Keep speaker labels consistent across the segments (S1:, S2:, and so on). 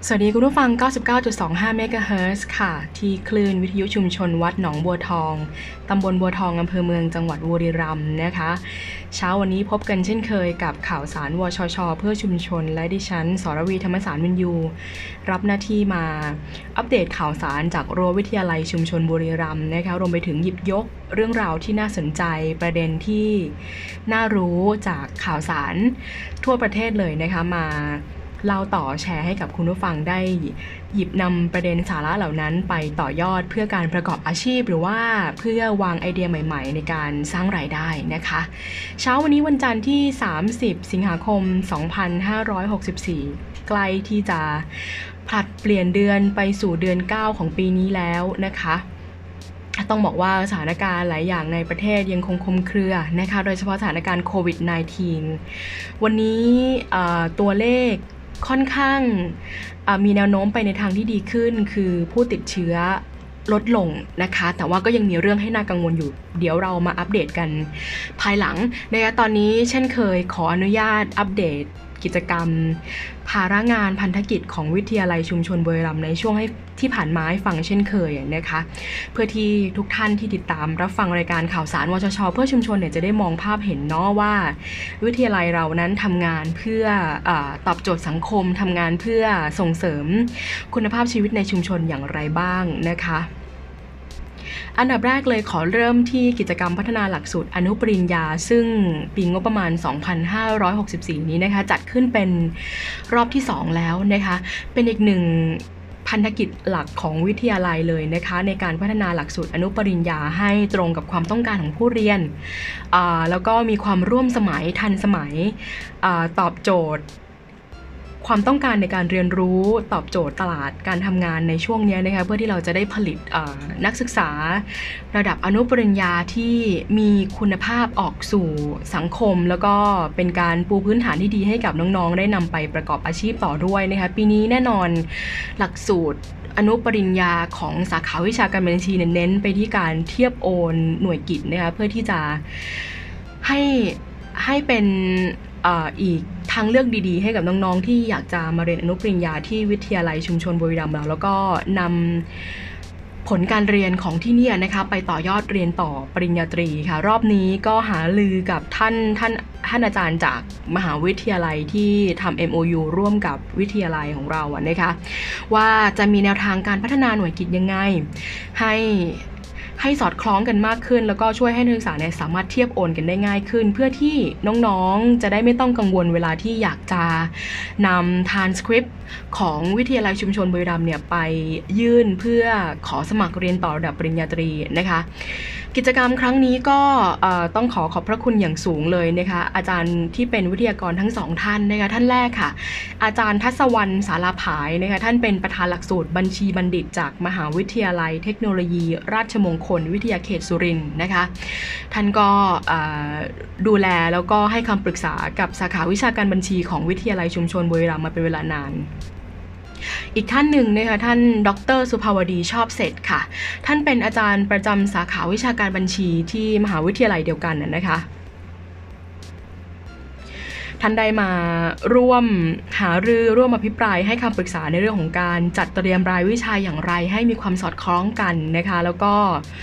S1: สวัสดีคุณผู้ฟัง 99.25 เมกะเฮิรตซ์ค่ะที่คลื่นวิทยุชุมชนวัดหนองบัวทองตำบลบัวทองอำเภอเมืองจังหวัดบุรีรัมย์นะคะเช้าวันนี้พบกันเช่นเคยกับข่าวสารวชช.เพื่อชุมชนและดิฉันสรวีธรรมสารวินยูรับหน้าที่มาอัปเดตข่าวสารจากรั้ววิทยาลัยชุมชนบุรีรัมย์นะคะรวมไปถึงหยิบยกเรื่องราวที่น่าสนใจประเด็นที่น่ารู้จากข่าวสารทั่วประเทศเลยนะคะมาเล่าต่อแชร์ให้กับคุณผู้ฟังได้หยิบนำประเด็นสาระเหล่านั้นไปต่อยอดเพื่อการประกอบอาชีพหรือว่าเพื่อวางไอเดียใหม่ๆในการสร้างรายได้นะคะเช้าวันนี้วันจันทร์ที่30สิงหาคม2564ใกล้ที่จะผลัดเปลี่ยนเดือนไปสู่เดือน9ของปีนี้แล้วนะคะต้องบอกว่าสถานการณ์หลายอย่างในประเทศยังคงคลุมเครือนะคะโดยเฉพาะสถานการณ์โควิด -19 วันนี้ตัวเลขค่อนข้างมีแนวโน้มไปในทางที่ดีขึ้นคือผู้ติดเชื้อลดลงนะคะแต่ว่าก็ยังมีเรื่องให้น่ากังวลอยู่เดี๋ยวเรามาอัปเดตกันภายหลังนะคะตอนนี้เช่นเคยขออนุญาตอัปเดตกิจกรรมภาระงานพันธกิจของวิทยาลัยชุมชนบุรีรัมย์ในช่วงที่ผ่านมาให้ฟังเช่นเคยนะคะเพื่อที่ทุกท่านที่ติดตามรับฟังรายการข่าวสารวชช.เพื่อชุมชนเนี่ยจะได้มองภาพเห็นเนาะว่าวิทยาลัยเรานั้นทำงานเพื่อตอบโจทย์สังคมทำงานเพื่อส่งเสริมคุณภาพชีวิตในชุมชนอย่างไรบ้างนะคะอันดับแรกเลยขอเริ่มที่กิจกรรมพัฒนาหลักสูตรอนุปริญญาซึ่งปีงบประมาณ 2564 นี้นะคะจัดขึ้นเป็นรอบที่2แล้วนะคะเป็นอีกหนึ่งพันธกิจหลักของวิทยาลัยเลยนะคะในการพัฒนาหลักสูตรอนุปริญญาให้ตรงกับความต้องการของผู้เรียนแล้วก็มีความร่วมสมัยทันสมัยตอบโจทย์ความต้องการในการเรียนรู้ตอบโจทย์ตลาดการทำงานในช่วงนี้นะคะเพื่อที่เราจะได้ผลิตนักศึกษาระดับอนุปริญญาที่มีคุณภาพออกสู่สังคมแล้วก็เป็นการปูพื้นฐานที่ดีให้กับน้องๆได้นำไปประกอบอาชีพต่อด้วยนะคะปีนี้แน่นอนหลักสูตรอนุปริญญาของสาขาวิชาการบัญชีเน้นไปที่การเทียบโอนหน่วยกิตนะคะเพื่อที่จะให้เป็นอีกทางเลือกดีๆให้กับน้องๆที่อยากจะมาเรียนอนุปริญญาที่วิทยาลัยชุมชนบุรีรัมย์แล้วก็นำผลการเรียนของที่นี่นะคะไปต่อยอดเรียนต่อปริญญาตรีค่ะรอบนี้ก็หาลือกับท่านอาจารย์จากมหาวิทยาลัยที่ทำ MOU ร่วมกับวิทยาลัยของเรานะคะว่าจะมีแนวทางการพัฒนาหน่วยกิตยังไงให้สอดคล้องกันมากขึ้นแล้วก็ช่วยให้นักศึกษาเนี่ยสามารถเทียบโอนกันได้ง่ายขึ้นเพื่อที่น้องๆจะได้ไม่ต้องกังวลเวลาที่อยากจะนำ transcript ของวิทยาลัยชุมชนบุรีรัมย์เนี่ยไปยื่นเพื่อขอสมัครเรียนต่อระดับปริญญาตรีนะคะกิจกรรมครั้งนี้ก็ต้องขอบพระคุณอย่างสูงเลยนะคะอาจารย์ที่เป็นวิทยากรทั้ง2ท่านนะคะท่านแรกค่ะอาจารย์ทัศวรรณสาราผายนะคะท่านเป็นประธานหลักสูตรบัญชีบัณฑิตจากมหาวิทยาลัยเทคโนโลยีราชมงคลวิทยาเขตสุรินทร์นะคะท่านก็ดูแลแล้วก็ให้คำปรึกษากับสาขาวิชาการบัญชีของวิทยาลัยชุมชนบุรีรัมย์มาเป็นเวลานานอีกท่านหนึ่งนะคะท่านดร.สุภาวดีชอบเสร็จค่ะท่านเป็นอาจารย์ประจำสาขาวิชาการบัญชีที่มหาวิทยาลัยเดียวกันนะคะท่านได้มาร่วมหารือร่วมอภิปรายให้คำปรึกษาในเรื่องของการจัดเตรียมรายวิชาอย่างไรให้มีความสอดคล้องกันนะคะแล้วก็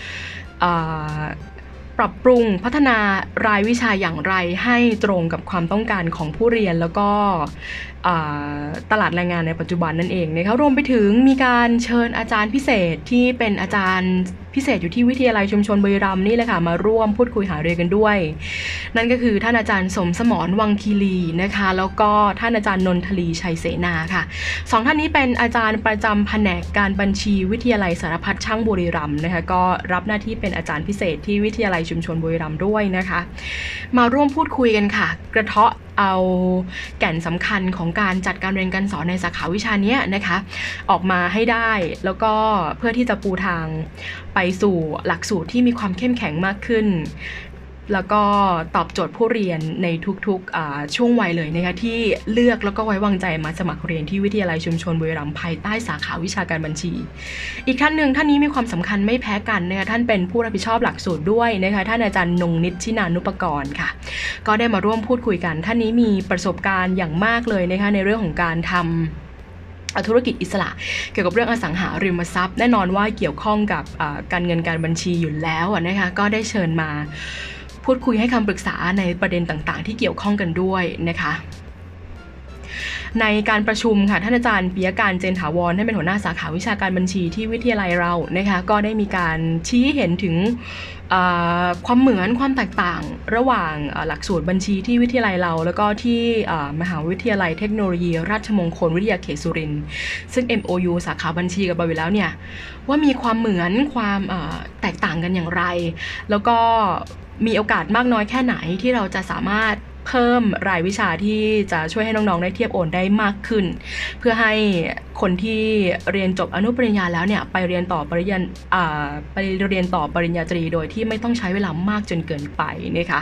S1: ปรับปรุงพัฒนารายวิชาอย่างไรให้ตรงกับความต้องการของผู้เรียนแล้วก็ตลาดแรงงานในปัจจุบันนั่นเองนะคะรวมไปถึงมีการเชิญอาจารย์พิเศษที่เป็นอาจารย์พิเศษอยู่ที่วิทยาลัยชุมชนบุรีรัมย์นี่แหละค่ะมาร่วมพูดคุยหารือกันด้วยนั่นก็คือท่านอาจารย์สมสมรวังคีรีนะคะแล้วก็ท่านอาจารย์นนทลีชัยเสนาค่ะ2ท่านนี้เป็นอาจารย์ประจำแผนกการบัญชีวิทยาลัยสารพัดช่างบุรีรัมย์นะคะก็รับหน้าที่เป็นอาจารย์พิเศษที่วิทยาลัยชุมชนบุรีรัมย์ด้วยนะคะมาร่วมพูดคุยกันค่ะกระเทาะเอาแก่นสำคัญของการจัดการเรียนการสอนในสาขาวิชานี้นะคะออกมาให้ได้แล้วก็เพื่อที่จะปูทางไปสู่หลักสูตรที่มีความเข้มแข็งมากขึ้นแล้วก็ตอบโจทย์ผู้เรียนในทุกๆช่วงวัยเลยนะคะที่เลือกแล้วก็ไว้วางใจมาสมัครเรียนที่วิทยาลัยชุมชนบุรีรัมย์ภายใต้สาขาวิชาการบัญชีอีกท่านหนึ่งท่านนี้มีความสำคัญไม่แพ้กันนะคะท่านเป็นผู้รับผิดชอบหลักสูตรด้วยนะคะท่านอาจารย์นงนิชชินานุปกรณ์ค่ะก็ได้มาร่วมพูดคุยกันท่านนี้มีประสบการณ์อย่างมากเลยนะคะในเรื่องของการทำธุรกิจอิสระเกี่ยวกับเรื่องอสังหาริมทรัพย์แน่นอนว่าเกี่ยวข้องกับการเงินการบัญชีอยู่แล้วนะคะก็ได้เชิญมาพูดคุยให้คำปรึกษาในประเด็นต่างๆที่เกี่ยวข้องกันด้วยนะคะในการประชุมค่ะท่านอาจารย์ปิยการเจนถาวรท่านเป็นหัวหน้าสาขาวิชาการบัญชีที่วิทยาลัยเรานะคะก็ได้มีการชี้เห็นถึงความเหมือนความแตกต่างระหว่างหลักสูตรบัญชีที่วิทยาลัยเราแล้วก็ที่มหาวิทยาลัยเทคโนโลยีราชมงคลวิทยาเขตสุรินทร์ซึ่ง MOU สาขาบัญชีกับเราอยู่แล้วเนี่ยว่ามีความเหมือนความแตกต่างกันอย่างไรแล้วก็มีโอกาสมากน้อยแค่ไหนที่เราจะสามารถเพิ่มรายวิชาที่จะช่วยให้น้องๆได้เทียบโอนได้มากขึ้นเพื่อให้คนที่เรียนจบอนุปริญญาแล้วเนี่ยไปเรียนต่อปริญญาตรีโดยที่ไม่ต้องใช้เวลามากจนเกินไปนะคะ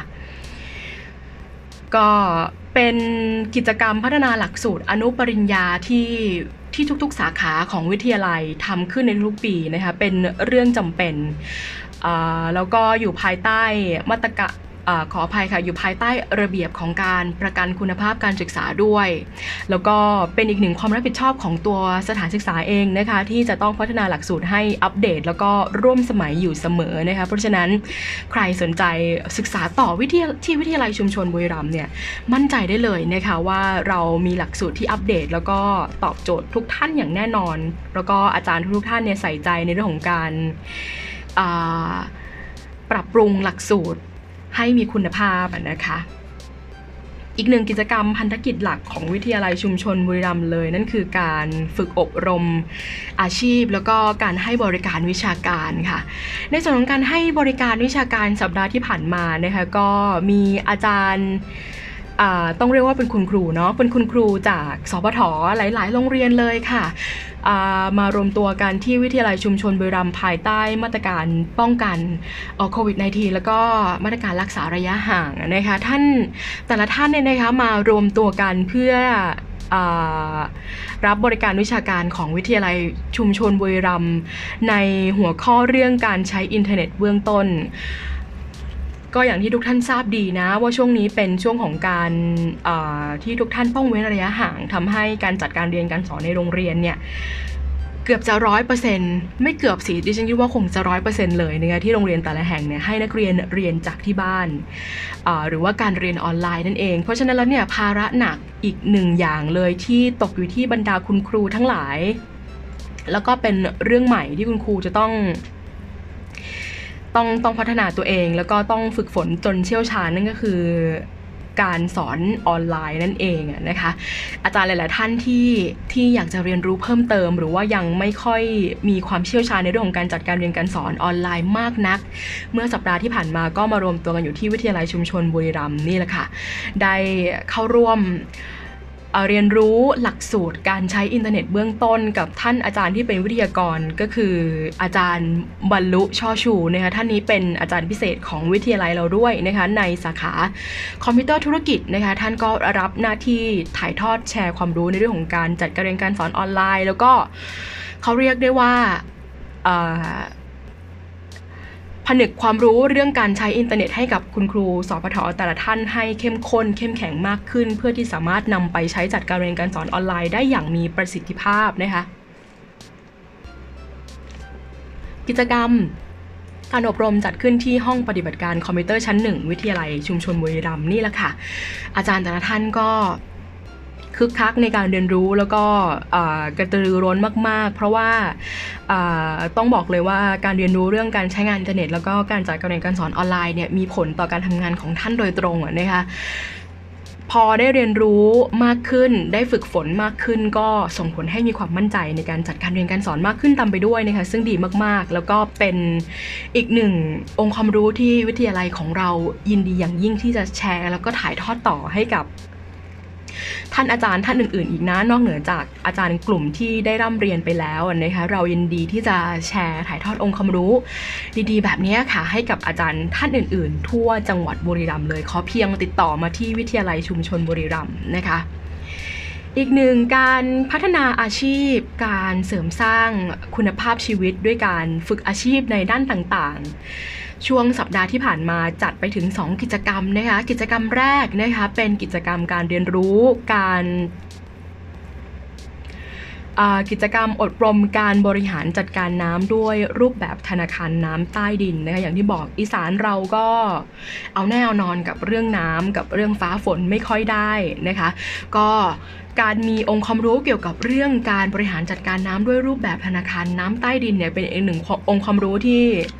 S1: ก็เป็นกิจกรรมพัฒนาหลักสูตรอนุปริญญาที่ทุกๆสาขาของวิทยาลัยทำขึ้นในทุกปีนะคะเป็นเรื่องจำเป็นแล้วก็อยู่ภายใต้มาตรการขออภัยค่ะอยู่ภายใต้ระเบียบของการประกันคุณภาพการศึกษาด้วยแล้วก็เป็นอีกหนึ่งความรับผิดชอบของตัวสถานศึกษาเองนะคะที่จะต้องพัฒนาหลักสูตรให้อัปเดตแล้วก็ร่วมสมัยอยู่เสมอนะคะเพราะฉะนั้นใครสนใจศึกษาต่อที่วิทยาลัยชุมชนบุรีรัมย์เนี่ยมั่นใจได้เลยนะคะว่าเรามีหลักสูตรที่อัปเดตแล้วก็ตอบโจทย์ทุกท่านอย่างแน่นอนแล้วก็อาจารย์ทุกท่านเนี่ยใส่ใจในเรื่องของการปรับปรุงหลักสูตรให้มีคุณภาพนะคะอีกหนึ่งกิจกรรมพันธกิจหลักของวิทยาลัยชุมชนบุรีรัมย์เลยนั่นคือการฝึกอบรมอาชีพแล้วก็การให้บริการวิชาการค่ะในส่วนของการให้บริการวิชาการสัปดาห์ที่ผ่านมานะคะก็มีอาจารย์ต้องเรียกว่าเป็นคุณครูเนาะเป็นคุณครูจากสปท.หลายๆโรงเรียนเลยค่ะมารวมตัวกันที่วิทยาลัยชุมชนบุรีรัมย์ภายใต้มาตรการป้องกันโควิด -19 แล้วก็มาตรการรักษาระยะห่างนะคะแต่ละท่านเนี่ยนะคะมารวมตัวกันเพื่อรับบริการวิชาการของวิทยาลัยชุมชนบุรีรัมย์ในหัวข้อเรื่องการใช้อินเทอร์เน็ตเบื้องต้นก็อย่างที่ทุกท่านทราบดีนะว่าช่วงนี้เป็นช่วงของการที่ทุกท่านต้องเว้นระยะห่างทำให้การจัดการเรียนการสอนในโรงเรียนเนี่ยเกือบจะ 100% ไม่เกือบสิดิฉันคิดว่าคงจะ 100% เลยนะคะที่โรงเรียนแต่ละแห่งเนี่ยให้นักเรียนเรียนจากที่บ้านหรือว่าการเรียนออนไลน์นั่นเองเพราะฉะนั้นแล้วเนี่ยภาระหนักอีกหนึ่งอย่างเลยที่ตกอยู่ที่บรรดาคุณครูทั้งหลายแล้วก็เป็นเรื่องใหม่ที่คุณครูจะต้องพัฒนาตัวเองแล้วก็ต้องฝึกฝนจนเชี่ยวชาญนั่นก็คือการสอนออนไลน์นั่นเองนะคะอาจารย์หลายๆท่านที่อยากจะเรียนรู้เพิ่มเติมหรือว่ายังไม่ค่อยมีความเชี่ยวชาญในเรื่องของการจัดการเรียนการสอนออนไลน์มากนักเมื่อสัปดาห์ที่ผ่านมาก็มารวมตัวกันอยู่ที่วิทยาลัยชุมชนบุรีรัมย์นี่แหละค่ะได้เข้าร่วมเรียนรู้หลักสูตรการใช้อินเทอร์เน็ตเบื้องต้นกับท่านอาจารย์ที่เป็นวิทยากรก็คืออาจารย์บรรลุช่อชูนะคะท่านนี้เป็นอาจารย์พิเศษของวิทยาลัยเราด้วยนะคะในสาขาคอมพิวเตอร์ธุรกิจนะคะท่านก็รับหน้าที่ถ่ายทอดแชร์ความรู้ในเรื่องของการจัดการเรียนการสอนออนไลน์แล้วก็เขาเรียกได้ว่าผนึกความรู้เรื่องการใช้อินเทอร์เน็ตให้กับคุณครูสปท.แต่ละท่านให้เข้มข้นเข้มแข็งมากขึ้นเพื่อที่สามารถนำไปใช้จัดการเรียนการสอนออนไลน์ได้อย่างมีประสิทธิภาพนะคะกิจกรรมการอบรมจัดขึ้นที่ห้องปฏิบัติการคอมพิวเตอร์ชั้น1วิทยาลัยชุมชนบุรีรัมย์นี่แหละค่ะอาจารย์แต่ละท่านก็คึกคักในการเรียนรู้แล้วก็กระตือรือร้นมากๆเพราะว่าต้องบอกเลยว่าการเรียนรู้เรื่องการใช้งานอินเทอร์เน็ตแล้วก็การจัดการเรียนการสอนออนไลน์เนี่ยมีผลต่อการทำงานของท่านโดยตรงนะคะพอได้เรียนรู้มากขึ้นได้ฝึกฝนมากขึ้นก็ส่งผลให้มีความมั่นใจในการจัดการเรียนการสอนมากขึ้นตามไปด้วยนะคะซึ่งดีมากๆแล้วก็เป็นอีกหนึ่งองค์ความรู้ที่วิทยาลัยของเรายินดีอย่างยิ่งที่จะแชร์แล้วก็ถ่ายทอดต่อให้กับท่านอาจารย์ท่านอื่นๆอีกนะนอกเหนือจากอาจารย์กลุ่มที่ได้ร่ำเรียนไปแล้วนะคะเรายินดีที่จะแชร์ถ่ายทอดองค์ความรู้ดีๆแบบนี้ค่ะให้กับอาจารย์ท่านอื่นๆทั่วจังหวัดบุรีรัมย์เลยขอเพียงติดต่อมาที่วิทยาลัยชุมชนบุรีรัมย์นะคะอีกหนึ่งการพัฒนาอาชีพการเสริมสร้างคุณภาพชีวิตด้วยการฝึกอาชีพในด้านต่างๆช่วงสัปดาห์ที่ผ่านมาจัดไปถึง2กิจกรรมนะคะกิจกรรมแรกนะคะเป็นกิจกรรมการเรียนรู้การกิจกรรมอบรมการบริหารจัดการน้ำด้วยรูปแบบธนาคารน้ำใต้ดินนะคะอย่างที่บอกอีสานเราก็เอาแน่เอานอนกับเรื่องน้ำกับเรื่องฟ้าฝนไม่ค่อยได้นะคะก็การมีองค์ความรู้เกี่ยวกับเรื่องการบริหารจัดการน้ำด้วยรูปแบบธนาคารน้ำใต้ดินเนี่ยเป็นอีกหนึ่งองค์ความรู้ที่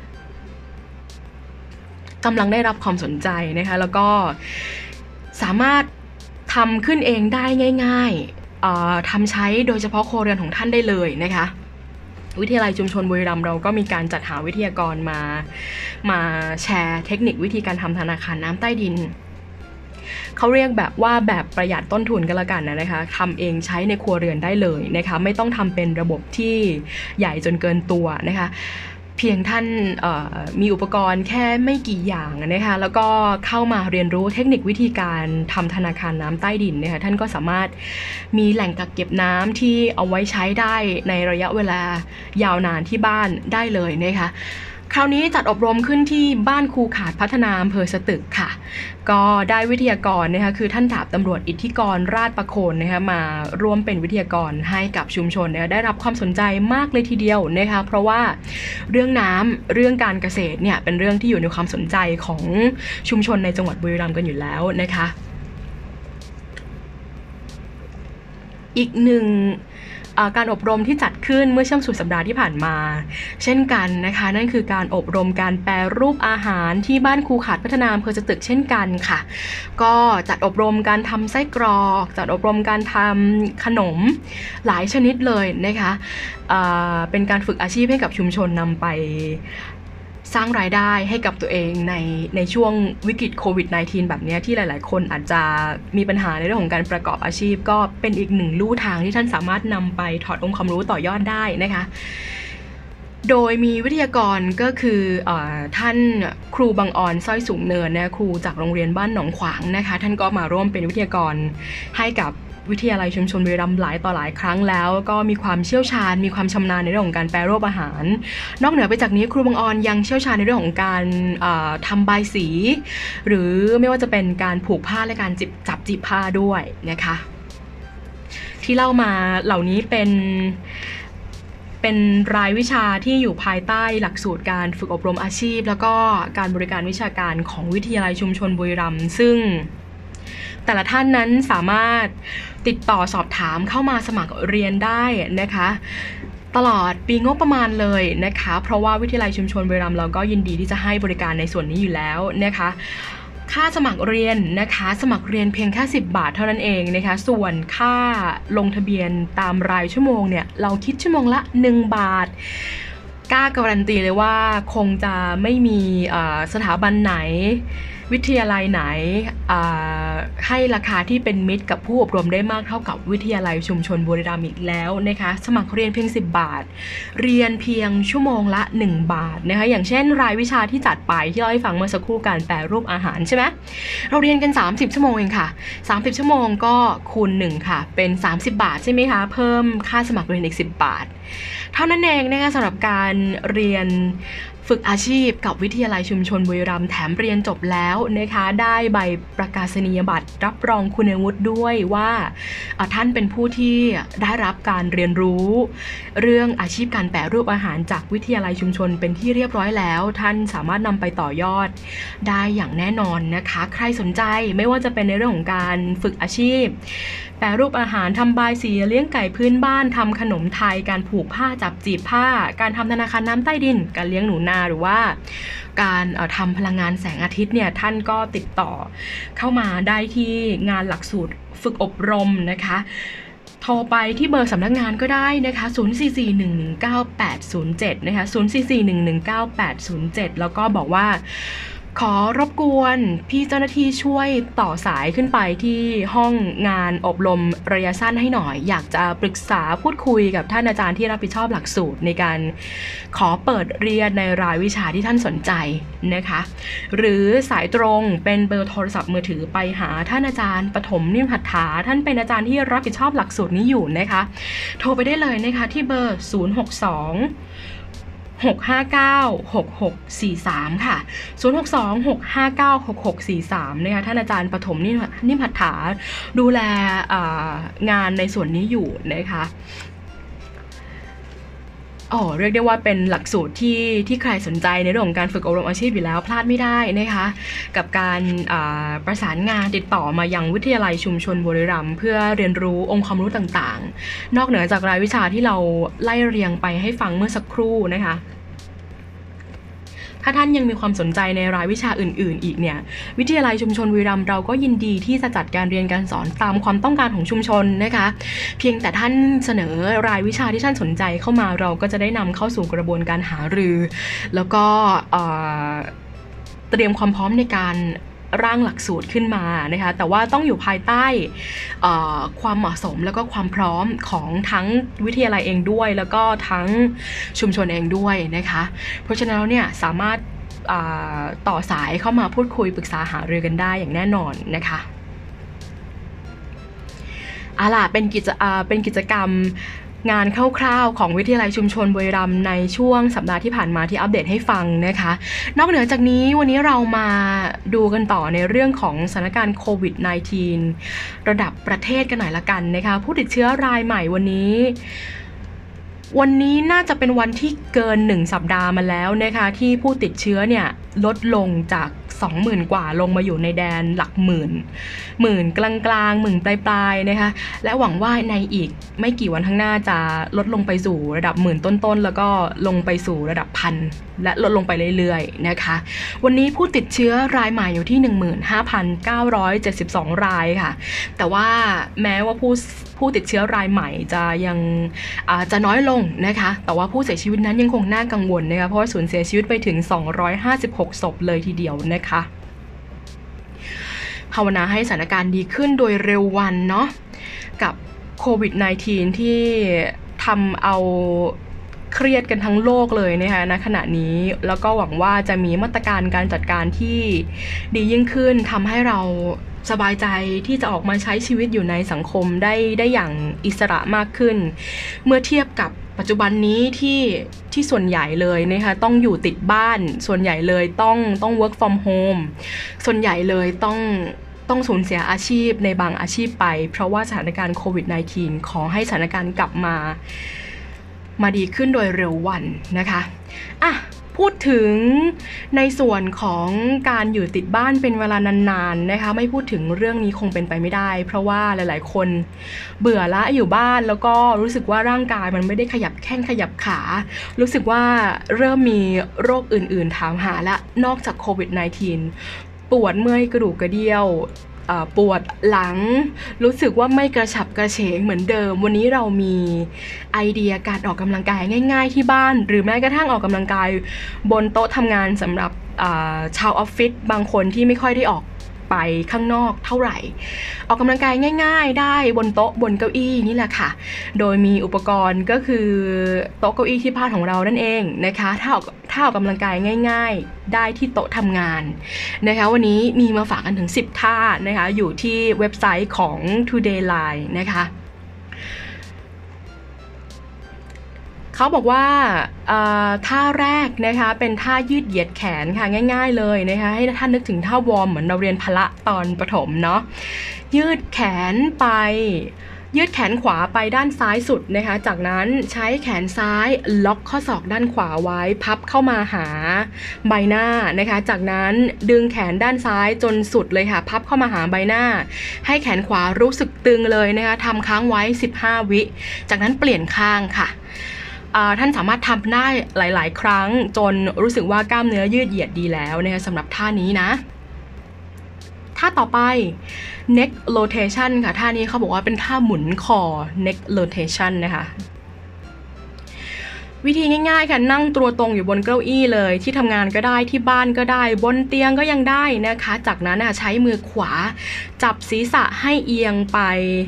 S1: กำลังได้รับความสนใจนะคะแล้วก็สามารถทำขึ้นเองได้ง่ายๆทำใช้โดยเฉพาะครัวเรือนของท่านได้เลยนะคะวิทยาลัยชุมชนบุรีรัมย์เราก็มีการจัดหาวิทยากรมาแชร์เทคนิควิธีการทำธนาคารน้ำใต้ดินเขาเรียกแบบว่าแบบประหยัดต้นทุนกันละกันนะคะทำเองใช้ในครัวเรือนได้เลยนะคะไม่ต้องทำเป็นระบบที่ใหญ่จนเกินตัวนะคะเพียงท่านมีอุปกรณ์แค่ไม่กี่อย่างนะคะแล้วก็เข้ามาเรียนรู้เทคนิควิธีการทำธนาคารน้ำใต้ดินนะคะท่านก็สามารถมีแหล่งกักเก็บน้ำที่เอาไว้ใช้ได้ในระยะเวลายาวนานที่บ้านได้เลยนะคะคราวนี้จัดอบรมขึ้นที่บ้านครูขาดพัฒนาอำเภอสตึกค่ะก็ได้วิทยากรนะคะคือท่านดาบตำรวจอิทธิกรราชประโคนนะคะมาร่วมเป็นวิทยากรให้กับชุมชนนะคะได้รับความสนใจมากเลยทีเดียวนะคะเพราะว่าเรื่องน้ำเรื่องการเกษตรเนี่ยเป็นเรื่องที่อยู่ในความสนใจของชุมชนในจังหวัดบุรีรัมย์กันอยู่แล้วนะคะอีกหนึ่งการอบรมที่จัดขึ้นเมื่อช่วงสุดสัปดาห์ที่ผ่านมาเช่นกันนะคะนั่นคือการอบรมการแปรรูปอาหารที่บ้านครูขาดพัฒนาอำเภอสตึกเช่นกันค่ะก็จัดอบรมการทำไส้กรอกจัดอบรมการทำขนมหลายชนิดเลยนะคะเป็นการฝึกอาชีพให้กับชุมชนนำไปสร้างรายได้ให้กับตัวเองในช่วงวิกฤตโควิด -19 แบบนี้ที่หลายๆคนอาจจะมีปัญหาในเรื่องของการประกอบอาชีพก็เป็นอีกหนึ่งลู่ทางที่ท่านสามารถนำไปถอดองค์ความรู้ต่อยอดได้นะคะโดยมีวิทยากรก็คือท่านครูบังออนสร้อยสูงเนินนะครูจากโรงเรียนบ้านหนองขวางนะคะท่านก็มาร่วมเป็นวิทยากรให้กับวิทยาลัยชุมชนบุรีรัมย์หลายต่อหลายครั้งแล้วก็มีความเชี่ยวชาญมีความชำนาญในเรื่องของการแปรรูปอาหารนอกเหนือไปจากนี้ครูบังออนยังเชี่ยวชาญในเรื่องของการทำใบสีหรือไม่ว่าจะเป็นการผูกผ้าและการจับจีบผ้าด้วยนะคะที่เล่ามาเหล่านี้เป็นรายวิชาที่อยู่ภายใต้หลักสูตรการฝึกอบรมอาชีพแล้วก็การบริการวิชาการของวิทยาลัยชุมชนบุรีรัมย์ซึ่งแต่ละท่านนั้นสามารถติดต่อสอบถามเข้ามาสมัครเรียนได้นะคะตลอดปีงบประมาณเลยนะคะเพราะว่าวิทยาลัยชุมชนบุรีรัมย์เราก็ยินดีที่จะให้บริการในส่วนนี้อยู่แล้วนะคะค่าสมัครเรียนนะคะสมัครเรียนเพียงแค่10 บาทเท่านั้นเองนะคะส่วนค่าลงทะเบียนตามรายชั่วโมงเนี่ยเราคิดชั่วโมงละ1 บาทกล้าการันตีเลยว่าคงจะไม่มีสถาบันไหนวิทยาลัยไหนให้ราคาที่เป็นมิตรกับผู้อบรมได้มากเท่ากับวิทยาลัยชุมชนบุรีรัมย์อีกแล้วนะคะสมัครเรียนเพียง10 บาทเรียนเพียงชั่วโมงละ1 บาทนะคะอย่างเช่นรายวิชาที่จัดไปที่เราให้ฟังเมื่อสักครู่การแปรรูปอาหารใช่ไหมเราเรียนกัน30 ชั่วโมงเองค่ะ30 ชั่วโมงก็คูณ1ค่ะเป็น30 บาทใช่ไหมคะเพิ่มค่าสมัครเรียนอีก10 บาทเท่านั้นเองนะคะสำหรับการเรียนฝึกอาชีพกับวิทยาลัยชุมชนบุรีรัมย์แถมเรียนจบแล้วนะคะได้ใบประกาศนียบัตรรับรองคุณวุฒิด้วยว่าท่านเป็นผู้ที่ได้รับการเรียนรู้เรื่องอาชีพการแปรรูปอาหารจากวิทยาลัยชุมชนเป็นที่เรียบร้อยแล้วท่านสามารถนำไปต่อยอดได้อย่างแน่นอนนะคะใครสนใจไม่ว่าจะเป็นในเรื่องของการฝึกอาชีพแปรรูปอาหารทำบายสีเลี้ยงไก่พื้นบ้านทำขนมไทยการผูกผ้าจับจีบผ้าการทำธนาคารน้ำใต้ดินการเลี้ยงหนูนาหรือว่าการทำพลังงานแสงอาทิตย์เนี่ยท่านก็ติดต่อเข้ามาได้ที่งานหลักสูตรฝึกอบรมนะคะโทรไปที่เบอร์สำนักงานก็ได้นะคะ0441198807นะคะ0441198807แล้วก็บอกว่าขอรบกวนพี่เจ้าหน้าที่ช่วยต่อสายขึ้นไปที่ห้องงานอบรมระยะสั้นให้หน่อยอยากจะปรึกษาพูดคุยกับท่านอาจารย์ที่รับผิดชอบหลักสูตรในการขอเปิดเรียนในรายวิชาที่ท่านสนใจนะคะหรือสายตรงเป็นเบอร์โทรศัพท์มือถือไปหาท่านอาจารย์ปฐมนิมหัตถาท่านเป็นอาจารย์ที่รับผิดชอบหลักสูตรนี้อยู่นะคะโทรไปได้เลยนะคะที่เบอร์062-659-6643 ค่ะ062-659-6643นะคะท่านอาจารย์ปฐมนิมหัตถาดูแลงานในส่วนนี้อยู่นะคะเรียกได้ว่าเป็นหลักสูตรที่ใครสนใจในเรื่องของการฝึกอบรมอาชีพอยู่แล้วพลาดไม่ได้นะคะกับการประสานงานติดต่อมายังวิทยาลัยชุมชนบุรีรัมย์เพื่อเรียนรู้องค์ความรู้ต่างๆนอกเหนือจากรายวิชาที่เราไล่เรียงไปให้ฟังเมื่อสักครู่นะคะถ้าท่านยังมีความสนใจในรายวิชาอื่นๆอีกเนี่ยวิทยาลัยชุมชนบุรีรัมย์เราก็ยินดีที่จะจัดการเรียนการสอนตามความต้องการของชุมชนนะคะเพียงแต่ท่านเสนอรายวิชาที่ท่านสนใจเข้ามาเราก็จะได้นำเข้าสู่กระบวนการหารือแล้วก็เตรียมความพร้อมในการร่างหลักสูตรขึ้นมานะคะแต่ว่าต้องอยู่ภายใต้ความเหมาะสมแล้วก็ความพร้อมของทั้งวิทยาลัยเองด้วยแล้วก็ทั้งชุมชนเองด้วยนะคะเพราะฉะนั้นแล้วเนี่ยสามารถต่อสายเข้ามาพูดคุยปรึกษาหารือกันได้อย่างแน่นอนนะคะล่ะเป็นกิจกรรมงานคร่าวๆของวิทยาลัยชุมชนบุรีรัมย์ในช่วงสัปดาห์ที่ผ่านมาที่อัปเดตให้ฟังนะคะนอกเหนือจากนี้วันนี้เรามาดูกันต่อในเรื่องของสถานการณ์โควิด -19 ระดับประเทศกันหน่อยละกันนะคะผู้ติดเชื้อรายใหม่วันนี้น่าจะเป็นวันที่เกิน1สัปดาห์มาแล้วนะคะที่ผู้ติดเชื้อเนี่ยลดลงจาก 20,000 กว่าลงมาอยู่ในแดนหลักหมื่นกลางหมื่นปลายๆนะคะและหวังว่าในอีกไม่กี่วันข้างหน้าจะลดลงไปสู่ระดับหมื่นต้นๆแล้วก็ลงไปสู่ระดับพันและลดลงไปเรื่อยๆนะคะวันนี้ผู้ติดเชื้อรายใหม่อยู่ที่ 15,972 รายค่ะแต่ว่าแม้ว่าผู้ติดเชื้อรายใหม่จะน้อยลงนะคะแต่ว่าผู้เสียชีวิตนั้นยังคงน่ากังวลนะคะเพราะว่าสูญเสียชีวิตไปถึง256ศพเลยทีเดียวนะคะภาวนาให้สถานการณ์ดีขึ้นโดยเร็ววันเนาะกับโควิด -19 ที่ทำเอาเครียดกันทั้งโลกเลยนะคะณขณะนี้แล้วก็หวังว่าจะมีมาตรการการจัดการที่ดียิ่งขึ้นทำให้เราสบายใจที่จะออกมาใช้ชีวิตอยู่ในสังคมได้อย่างอิสระมากขึ้นเมื่อเทียบกับปัจจุบันนี้ที่ส่วนใหญ่เลยนะคะต้องอยู่ติดบ้านส่วนใหญ่เลยต้อง work from home ส่วนใหญ่เลยต้องสูญเสียอาชีพในบางอาชีพไปเพราะว่าสถานการณ์โควิด -19 ขอให้สถานการณ์กลับมาดีขึ้นโดยเร็ววันนะคะพูดถึงในส่วนของการอยู่ติดบ้านเป็นเวลานานๆนะคะไม่พูดถึงเรื่องนี้คงเป็นไปไม่ได้เพราะว่าหลายๆคนเบื่อละอยู่บ้านแล้วก็รู้สึกว่าร่างกายมันไม่ได้ขยับแข้งขยับขารู้สึกว่าเริ่มมีโรคอื่นๆถามหาละนอกจากโควิด -19 ปวดเมื่อยกระดูกกระเดี่ยวปวดหลังรู้สึกว่าไม่กระฉับกระเฉงเหมือนเดิมวันนี้เรามีไอเดียการออกกำลังกายง่ายๆที่บ้านหรือแม้กระทั่งออกกำลังกายบนโต๊ะทำงานสำหรับชาวออฟฟิศบางคนที่ไม่ค่อยได้ออกไปข้างนอกเท่าไหร่ออกกำลังกายง่ายๆได้บนโต๊ะบนเก้าอี้นี่แหละค่ะโดยมีอุปกรณ์ก็คือโต๊ะเก้าอี้ที่บ้านของเรานั่นเองนะคะถ้าออกกำลังกายง่ายๆได้ที่โต๊ะทำงานนะคะวันนี้มีมาฝากกันถึง10ท่านะคะอยู่ที่เว็บไซต์ของ Today Line นะคะเขาบอกว่าท่าแรกนะคะเป็นท่ายืดเหยียดแขนค่ะง่ายๆเลยนะคะให้ท่านนึกถึงท่าวอร์มเหมือนเราเรียนพละตอนประถมเนาะยืดแขนไปยืดแขนขวาไปด้านซ้ายสุดนะคะจากนั้นใช้แขนซ้ายล็อกข้อศอกด้านขวาไว้พับเข้ามาหาใบหน้านะคะจากนั้นดึงแขนด้านซ้ายจนสุดเลยค่ะพับเข้ามาหาใบหน้าให้แขนขวารู้สึกตึงเลยนะคะทำค้างไว้15วิจากนั้นเปลี่ยนข้างค่ะท่านสามารถทำได้หลายๆครั้งจนรู้สึกว่ากล้ามเนื้อยืดเหยียดดีแล้วนะคะสำหรับท่านี้นะท่าต่อไป neck rotation ค่ะท่านี้เขาบอกว่าเป็นท่าหมุนคอ neck rotation นะคะวิธีง่ายๆค่ะนั่งตัวตรงอยู่บนเก้าอี้เลยที่ทำงานก็ได้ที่บ้านก็ได้บนเตียงก็ยังได้นะคะจากนั้นใช้มือขวาจับศีรษะให้เอียงไป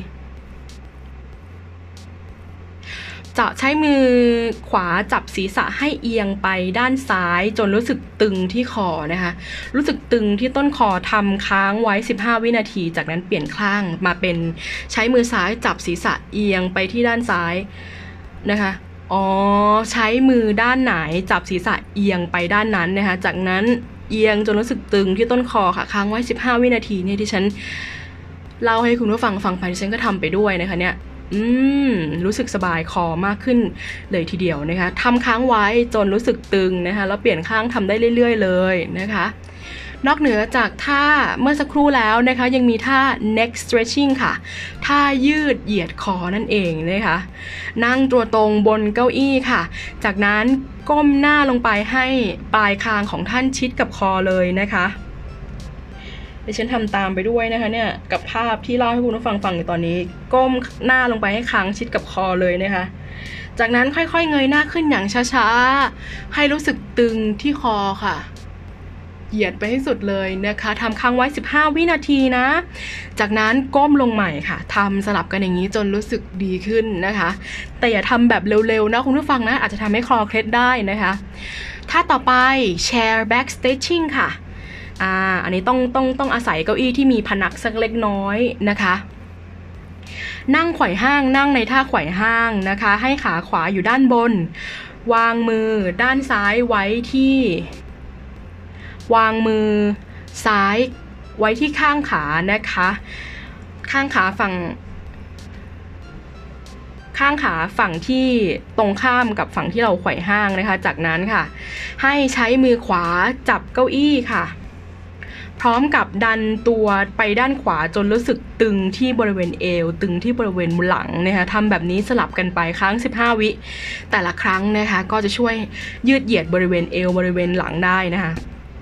S1: จะใช้มือขวาจับศีรษะให้เอียงไปด้านซ้ายจนรู้สึกตึงที่คอนะคะรู้สึกตึงที่ต้นคอทำค้างไว้15วินาทีจากนั้นเปลี่ยนข้างมาเป็นใช้มือซ้ายจับศีรษะเอียงไปที่ด้านซ้ายนะคะใช้มือด้านไหนจับศีรษะเอียงไปด้านนั้นนะคะจากนั้นเอียงจนรู้สึกตึงที่ต้นคอค่ะค้างไว้15วินาทีเนี่ยที่ฉันเล่าให้คุณผู้ฟังฟังไปดิฉันก็ทำไปด้วยนะคะเนี่ยอืมรู้สึกสบายคอมากขึ้นเลยทีเดียวนะคะทำค้างไว้จนรู้สึกตึงนะคะแล้วเปลี่ยนข้างทำได้เรื่อยๆเลยนะคะนอกเหนือจากท่าเมื่อสักครู่แล้วนะคะยังมีท่า neck stretching ค่ะท่ายืดเหยียดคอนั่นเองนะคะนั่งตัวตรงบนเก้าอี้ค่ะจากนั้นก้มหน้าลงไปให้ปลายคางของท่านชิดกับคอเลยนะคะดิฉันทำตามไปด้วยนะคะเนี่ยกับภาพที่เล่าให้คุณผู้ฟังฟังในตอนนี้ก้มหน้าลงไปให้คางชิดกับคอเลยนะคะจากนั้นค่อยๆเงยหน้าขึ้นอย่างช้าๆให้รู้สึกตึงที่คอค่ะเหยียดไปให้สุดเลยนะคะทำค้างไว้15วินาทีนะจากนั้นก้มลงใหม่ค่ะทำสลับกันอย่างนี้จนรู้สึกดีขึ้นนะคะแต่อย่าทำแบบเร็วๆนะคุณผู้ฟังนะอาจจะทำให้คอเคล็ดได้นะคะถ้าต่อไป chair back stretching ค่ะอันนี้ต้องอาศัยเก้าอี้ที่มีพนักสักเล็กน้อยนะคะนั่งไขว่ห้างนั่งในท่าไขว่ห้างนะคะให้ขาขวาอยู่ด้านบนวางมือด้านซ้ายไว้ที่วางมือซ้ายไว้ที่ข้างขานะคะข้างขาฝั่งที่ตรงข้ามกับฝั่งที่เราไขว่ห้างนะคะจากนั้นค่ะให้ใช้มือขวาจับเก้าอี้ค่ะพร้อมกับดันตัวไปด้านขวาจนรู้สึกตึงที่บริเวณเอวตึงที่บริเวณหลังนะคะทำแบบนี้สลับกันไปครั้ง15วิแต่ละครั้งนะคะก็จะช่วยยืดเหยียดบริเวณเอวบริเวณหลังได้นะคะ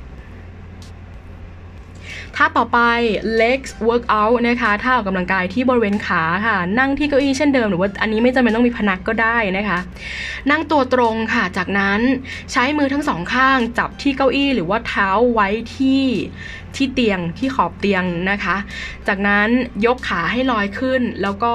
S1: ท่าต่อไป legs workout นะคะท่าออกกำลังกายที่บริเวณขาค่ะนั่งที่เก้าอี้เช่นเดิมหรือว่าอันนี้ไม่จำเป็นต้องมีพนักก็ได้นะคะนั่งตัวตรงค่ะจากนั้นใช้มือทั้งสองข้างจับที่เก้าอี้หรือว่าเท้าไว้ที่เตียงที่ขอบเตียงนะคะจากนั้นยกขาให้ลอยขึ้นแล้วก็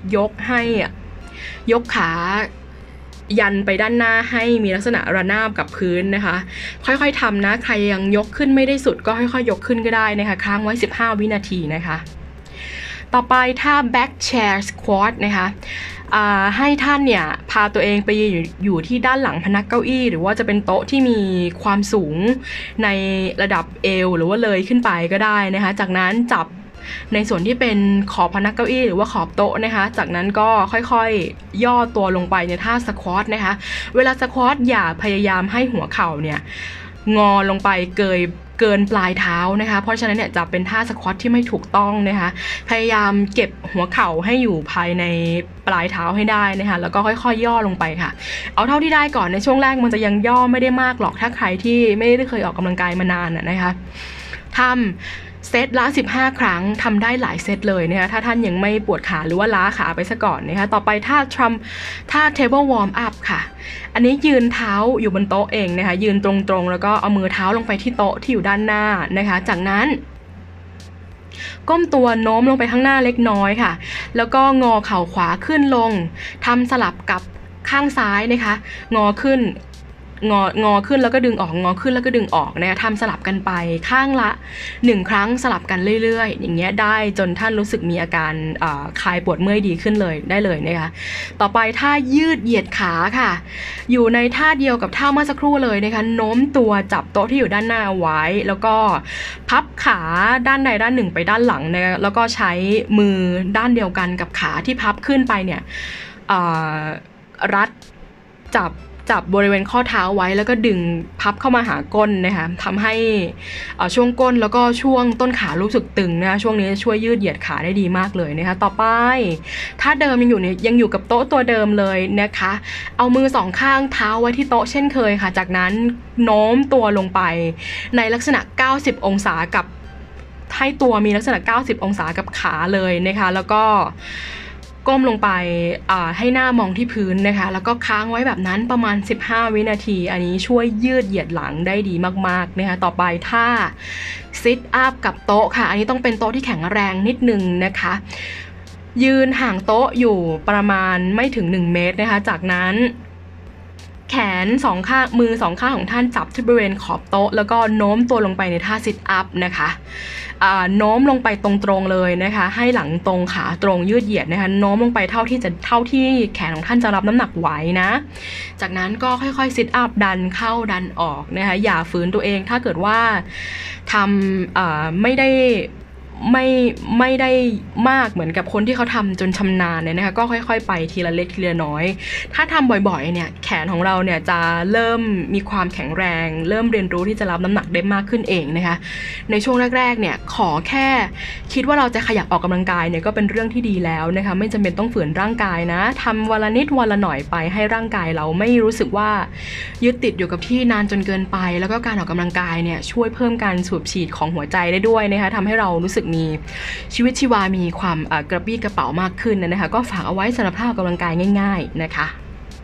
S1: ยกขายันไปด้านหน้าให้มีลักษณะระนาบกับพื้นนะคะค่อยๆทำนะใครยังยกขึ้นไม่ได้สุดก็ค่อยๆยกขึ้นก็ได้นะคะค้างไว้15วินาทีนะคะต่อไปท่า back chair squat นะคะให้ท่านเนี่ยพาตัวเองไปอยู่ที่ด้านหลังพนักเก้าอี้หรือว่าจะเป็นโต๊ะที่มีความสูงในระดับเอวหรือว่าเลยขึ้นไปก็ได้นะคะจากนั้นจับในส่วนที่เป็นขอบพนักเก้าอี้หรือว่าขอบโต๊ะนะคะจากนั้นก็ค่อยๆย่อตัวลงไปในท่าสควอตนะคะเวลาสควอตอย่าพยายามให้หัวเข่าเนี่ยงอลงไปเกินปลายเท้านะคะเพราะฉะนั้นเนี่ยจะเป็นท่าสควอตที่ไม่ถูกต้องนะคะพยายามเก็บหัวเข่าให้อยู่ภายในปลายเท้าให้ได้นะคะแล้วก็ค่อยๆย่อลงไปค่ะเอาเท่าที่ได้ก่อนในช่วงแรกมันจะยังย่อไม่ได้มากหรอกถ้าใครที่ไม่ได้เคยออกกำลังกายมานานนะคะทำเซตละ15ครั้งทำได้หลายเซตเลยนะคะถ้าท่านยังไม่ปวดขาหรือว่าล้าขาไปซะก่อนนะคะต่อไปท่า table warm up ค่ะอันนี้ยืนเท้าอยู่บนโต๊ะเองนะคะยืนตรงๆแล้วก็เอามือเท้าลงไปที่โต๊ะที่อยู่ด้านหน้านะคะจากนั้นก้มตัวโน้มลงไปข้างหน้าเล็กน้อยค่ะแล้วก็งอเข่าขวาขึ้นลงทำสลับกับข้างซ้ายนะคะงอขึ้นแล้วก็ดึงออกงอขึ้นแล้วก็ดึงออกนะคะทำสลับกันไปข้างละ1ครั้งสลับกันเรื่อยๆอย่างเงี้ยได้จนท่านรู้สึกมีอาการคลายปวดเมื่อยดีขึ้นเลยได้เลยนะคะต่อไปท่ายืดเหยียดขาค่ะอยู่ในท่าเดียวกับท่าเมื่อสักครู่เลยนะคะโน้มตัวจับโต๊ะที่อยู่ด้านหน้าไว้แล้วก็พับขาด้านใดด้านหนึ่งไปด้านหลังนะคะแล้วก็ใช้มือด้านเดียวกันกับขาที่พับขึ้นไปเนี่ยรัดจับบริเวณข้อเท้าไว้แล้วก็ดึงพับเข้ามาหาก้นนะคะทำให้ช่วงก้นแล้วก็ช่วงต้นขารู้สึกตึงนะคะช่วงนี้ช่วยยืดเหยียดขาได้ดีมากเลยนะคะต่อไปถ้าเดิมยังอยู่กับโต๊ะตัวเดิมเลยนะคะเอามือสองข้างเท้าไว้ที่โต๊ะเช่นเคยค่ะจากนั้นโน้มตัวลงไปในลักษณะ90องศากับให้ตัวมีลักษณะ90องศากับขาเลยนะคะแล้วก็ก้มลงไปให้หน้ามองที่พื้นนะคะแล้วก็ค้างไว้แบบนั้นประมาณ15วินาทีอันนี้ช่วยยืดเหยียดหลังได้ดีมากๆนะคะต่อไปท่า sit up กับโต๊ะค่ะอันนี้ต้องเป็นโต๊ะที่แข็งแรงนิดนึงนะคะยืนห่างโต๊ะอยู่ประมาณไม่ถึง1เมตรนะคะจากนั้นแขนสองข้างมือสองข้างของท่านจับที่บริเวณขอบโต๊ะแล้วก็โน้มตัวลงไปในท่า sit up นะคะโน้มลงไปตรงๆเลยนะคะให้หลังตรงขาตรงยืดเหยียดนะคะโน้มลงไปเท่าที่แขนของท่านจะรับน้ำหนักไหวนะจากนั้นก็ค่อยๆ sit up ดันเข้าดันออกนะคะอย่าฝืนตัวเองถ้าเกิดว่าทำไม่ไม่ไม่ได้มากเหมือนกับคนที่เขาทำจนชำนาญเนี่ยนะคะก็ค่อยๆไปทีละเล็กทีละน้อยถ้าทำบ่อยๆเนี่ยแขนของเราเนี่ยจะเริ่มมีความแข็งแรงเริ่มเรียนรู้ที่จะรับน้ำหนักได้มากขึ้นเองนะคะในช่วงแรกๆเนี่ยขอแค่คิดว่าเราจะขยับออกกำลังกายเนี่ยก็เป็นเรื่องที่ดีแล้วนะคะไม่จำเป็นต้องฝืนร่างกายนะทำวันละนิดวันละหน่อยไปให้ร่างกายเราไม่รู้สึกว่ายึดติดอยู่กับที่นานจนเกินไปแล้วก็การออกกำลังกายเนี่ยช่วยเพิ่มการสูบฉีดของหัวใจได้ด้วยนะคะทำให้เรารู้สึกมีชีวิตชีวามีความกระปรี้กระเป๋ามากขึ้นนะคะก็ฝากเอาไว้สำหรับท่าออกกำลังกายง่ายๆนะคะ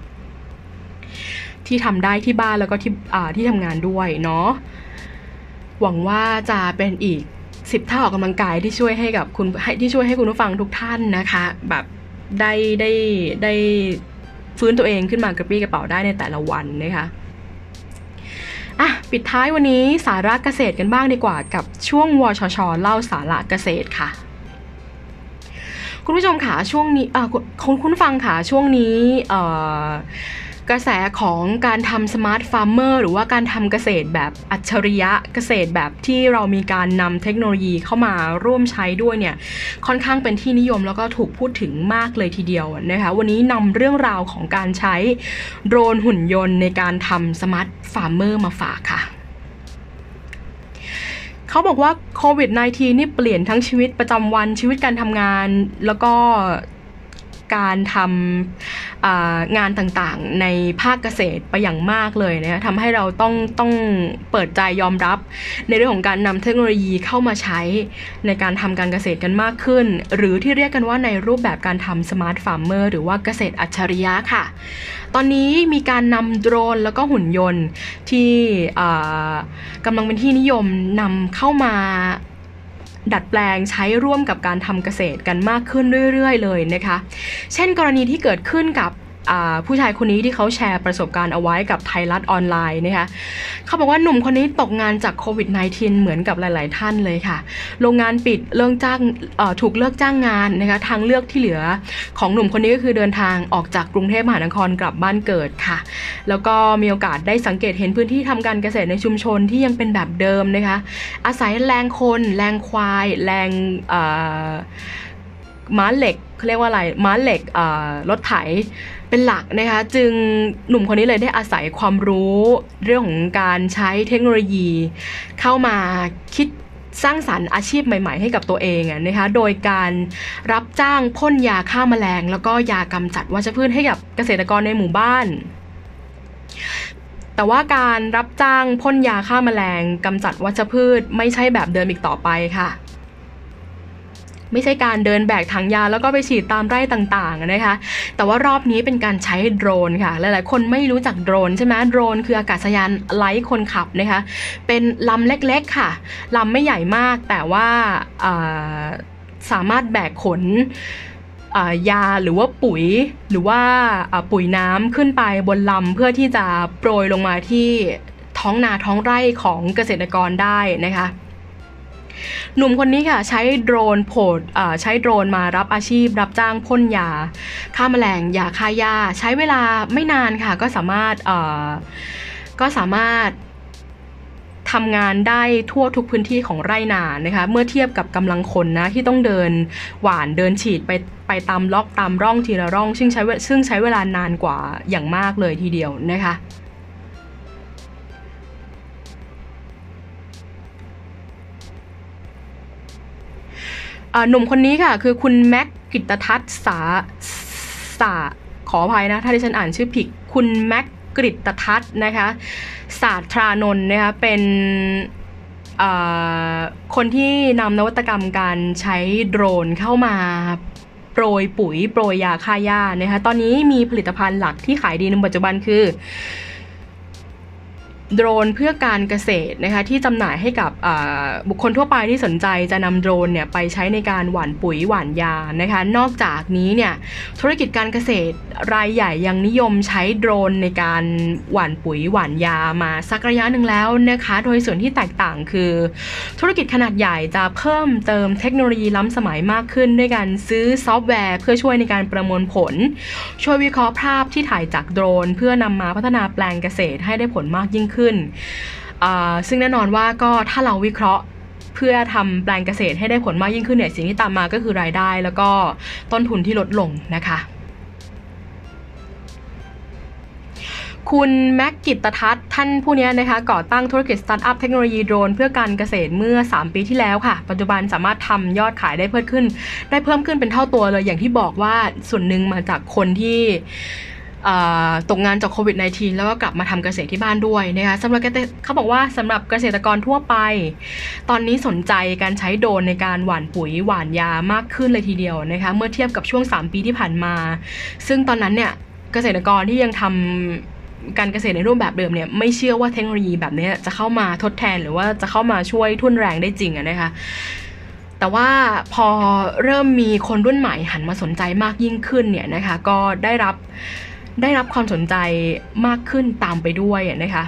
S1: ที่ทำได้ที่บ้านแล้วก็ที่ทำงานด้วยเนาะหวังว่าจะเป็นอีก10ท่าออกกำลังกายที่ช่วยให้กับคุณที่ช่วยให้คุณผู้ฟังทุกท่านนะคะแบบได้ฟื้นตัวเองขึ้นมากระปรี้กระเป๋าได้ในแต่ละวันนะคะปิดท้ายวันนี้สาระเกษตรกันบ้างดีกว่ากับช่วงวชช.เล่าสาระเกษตรค่ะคุณผู้ชมค่ะช่วงนี้คุณฟังค่ะช่วงนี้กระแสของการทำสมาร์ทฟาร์มเมอร์หรือว่าการทำเกษตรแบบอัจฉริยะเกษตรแบบที่เรามีการนำเทคโนโลยีเข้ามาร่วมใช้ด้วยเนี่ยค่อนข้างเป็นที่นิยมแล้วก็ถูกพูดถึงมากเลยทีเดียวนะคะวันนี้นำเรื่องราวของการใช้โดรนหุ่นยนต์ในการทำสมาร์ทฟาร์มเมอร์มาฝากค่ะเขาบอกว่าโควิด -19 นี่เปลี่ยนทั้งชีวิตประจำวันชีวิตการทำงานแล้วก็การทำงานต่างๆในภาคเกษตรไปอย่างมากเลยนะคะทำให้เราต้องเปิดใจยอมรับในเรื่องของการนำเทคโนโลยีเข้ามาใช้ในการทำการเกษตรกันมากขึ้นหรือที่เรียกกันว่าในรูปแบบการทำสมาร์ทฟาร์มเมอร์หรือว่าเกษตรอัจฉริยะค่ะตอนนี้มีการนำโดรนแล้วก็หุ่นยนต์ที่กำลังเป็นที่นิยมนำเข้ามาดัดแปลงใช้ร่วมกับการทำเกษตรกันมากขึ้นเรื่อยๆเลยนะคะเช่นกรณีที่เกิดขึ้นกับผู้ชายคนนี้ที่เขาแชร์ประสบการณ์เอาไว้กับไทยรัฐออนไลน์นะคะเขาบอกว่าหนุ่มคนนี้ตกงานจากโควิด -19 เหมือนกับหลายๆท่านเลยค่ะโรงงานปิดถูกเลิกจ้างงานนะคะทางเลือกที่เหลือของหนุ่มคนนี้ก็คือเดินทางออกจากกรุงเทพมหานครกลับบ้านเกิดค่ะแล้วก็มีโอกาสได้สังเกตเห็นพื้นที่ทำการเกษตรในชุมชนที่ยังเป็นแบบเดิมนะคะอาศัยแรงคนแรงควายแรงม้าเหล็กเขาเรียกว่าอะไรม้าเหล็กรถไถเป็นหลักนะคะจึงหนุ่มคนนี้เลยได้อาศัยความรู้เรื่องของการใช้เทคโนโลยีเข้ามาคิดสร้างสรรค์อาชีพใหม่ๆให้กับตัวเองนะคะโดยการรับจ้างพ่นยาฆ่าแมลงแล้วก็ยากำจัดวัชพืชให้กับเกษตรกรในหมู่บ้านแต่ว่าการรับจ้างพ่นยาฆ่าแมลงกำจัดวัชพืชไม่ใช่แบบเดิมอีกต่อไปค่ะไม่ใช่การเดินแบกถังยาแล้วก็ไปฉีดตามไร่ต่างๆนะคะแต่ว่ารอบนี้เป็นการใช้โดรนค่ะหลายๆคนไม่รู้จักโดรนใช่ไหมโดรนคืออากาศยานไร้คนขับนะคะเป็นลำเล็กๆค่ะลำไม่ใหญ่มากแต่ว่าสามารถแบกขนยาหรือว่าปุ๋ยหรือว่าปุ๋ยน้ำขึ้นไปบนลำเพื่อที่จะโปรยลงมาที่ท้องนาท้องไร่ของเกษตรกรได้นะคะหนุ่มคนนี้ค่ะใช้โดรนมารับอาชีพรับจ้างพ่นยาฆ่าแมลงยาฆ่าหญ้าใช้เวลาไม่นานค่ะก็สามารถทำงานได้ทั่วทุกพื้นที่ของไร่นานะคะเมื่อเทียบกับกำลังคนนะที่ต้องเดินหว่านเดินฉีดไปตามล็อกตามร่องทีละร่องซึ่งใช้เวลานานกว่าอย่างมากเลยทีเดียวนะคะหนุ่มคนนี้ค่ะคือคุณแม็กกิตทัศน์ขออภัยนะถ้าดิฉันอ่านชื่อผิดคุณแม็กกิตทัศน์นะคะศาสตรานนท์นะคะเป็นคนที่นำนวัตกรรมการใช้โดรนเข้ามาโปรยปุ๋ยโปรยยาฆ่าหญ้านะคะตอนนี้มีผลิตภัณฑ์หลักที่ขายดีในปัจจุบันคือโดรนเพื่อการเกษตรนะคะที่จำหน่ายให้กับบุคคลทั่วไปที่สนใจจะนำโดรนเนี่ยไปใช้ในการหว่านปุ๋ยหว่านยานะคะนอกจากนี้เนี่ยธุรกิจการเกษตรรายใหญ่ยังนิยมใช้โดรนในการหว่านปุ๋ยหว่านยามาสักระยะหนึ่งแล้วนะคะโดยส่วนที่แตกต่างคือธุรกิจขนาดใหญ่จะเพิ่มเติมเทคโนโลยีล้ำสมัยมากขึ้นด้วยการซื้อซอฟต์แวร์เพื่อช่วยในการประมวลผลช่วยวิเคราะห์ภาพที่ถ่ายจากโดรนเพื่อนำมาพัฒนาแปลงเกษตรให้ได้ผลมากยิ่งขึ้นซึ่งแน่นอนว่าก็ถ้าเราวิเคราะห์เพื่อทำแปลงเกษตรให้ได้ผลมากยิ่งขึ้นเนี่ยสิ่งที่ตามมาก็คือรายได้แล้วก็ต้นทุนที่ลดลงนะคะคุณแม็กกิตทัศน์ท่านผู้นี้นะคะก่อตั้งธุรกิจสตาร์ทอัพเทคโนโลยีโดรนเพื่อการเกษตรเมื่อ3ปีที่แล้วค่ะปัจจุบันสามารถทำยอดขายได้เพิ่มขึ้นเป็นเท่าตัวเลยอย่างที่บอกว่าส่วนหนึ่งมาจากคนที่ตกงานจากโควิด -19 แล้วก็กลับมาทำเกษตรที่บ้านด้วยนะคะเขาบอกว่าสำหรับเกษตรกรทั่วไปตอนนี้สนใจการใช้โดรนในการหว่านปุ๋ยหว่านยามากขึ้นเลยทีเดียวนะคะเมื่อเทียบกับช่วง3ปีที่ผ่านมาซึ่งตอนนั้นเนี่ยเกษตรกรที่ยังทำการเกษตรในรูปแบบเดิมเนี่ยไม่เชื่อว่าเทคโนโลยีแบบนี้จะเข้ามาทดแทนหรือว่าจะเข้ามาช่วยทุ่นแรงได้จริงนะคะแต่ว่าพอเริ่มมีคนรุ่นใหม่หันมาสนใจมากยิ่งขึ้นเนี่ยนะคะก็ได้รับความสนใจมากขึ้นตามไปด้วยนะคะ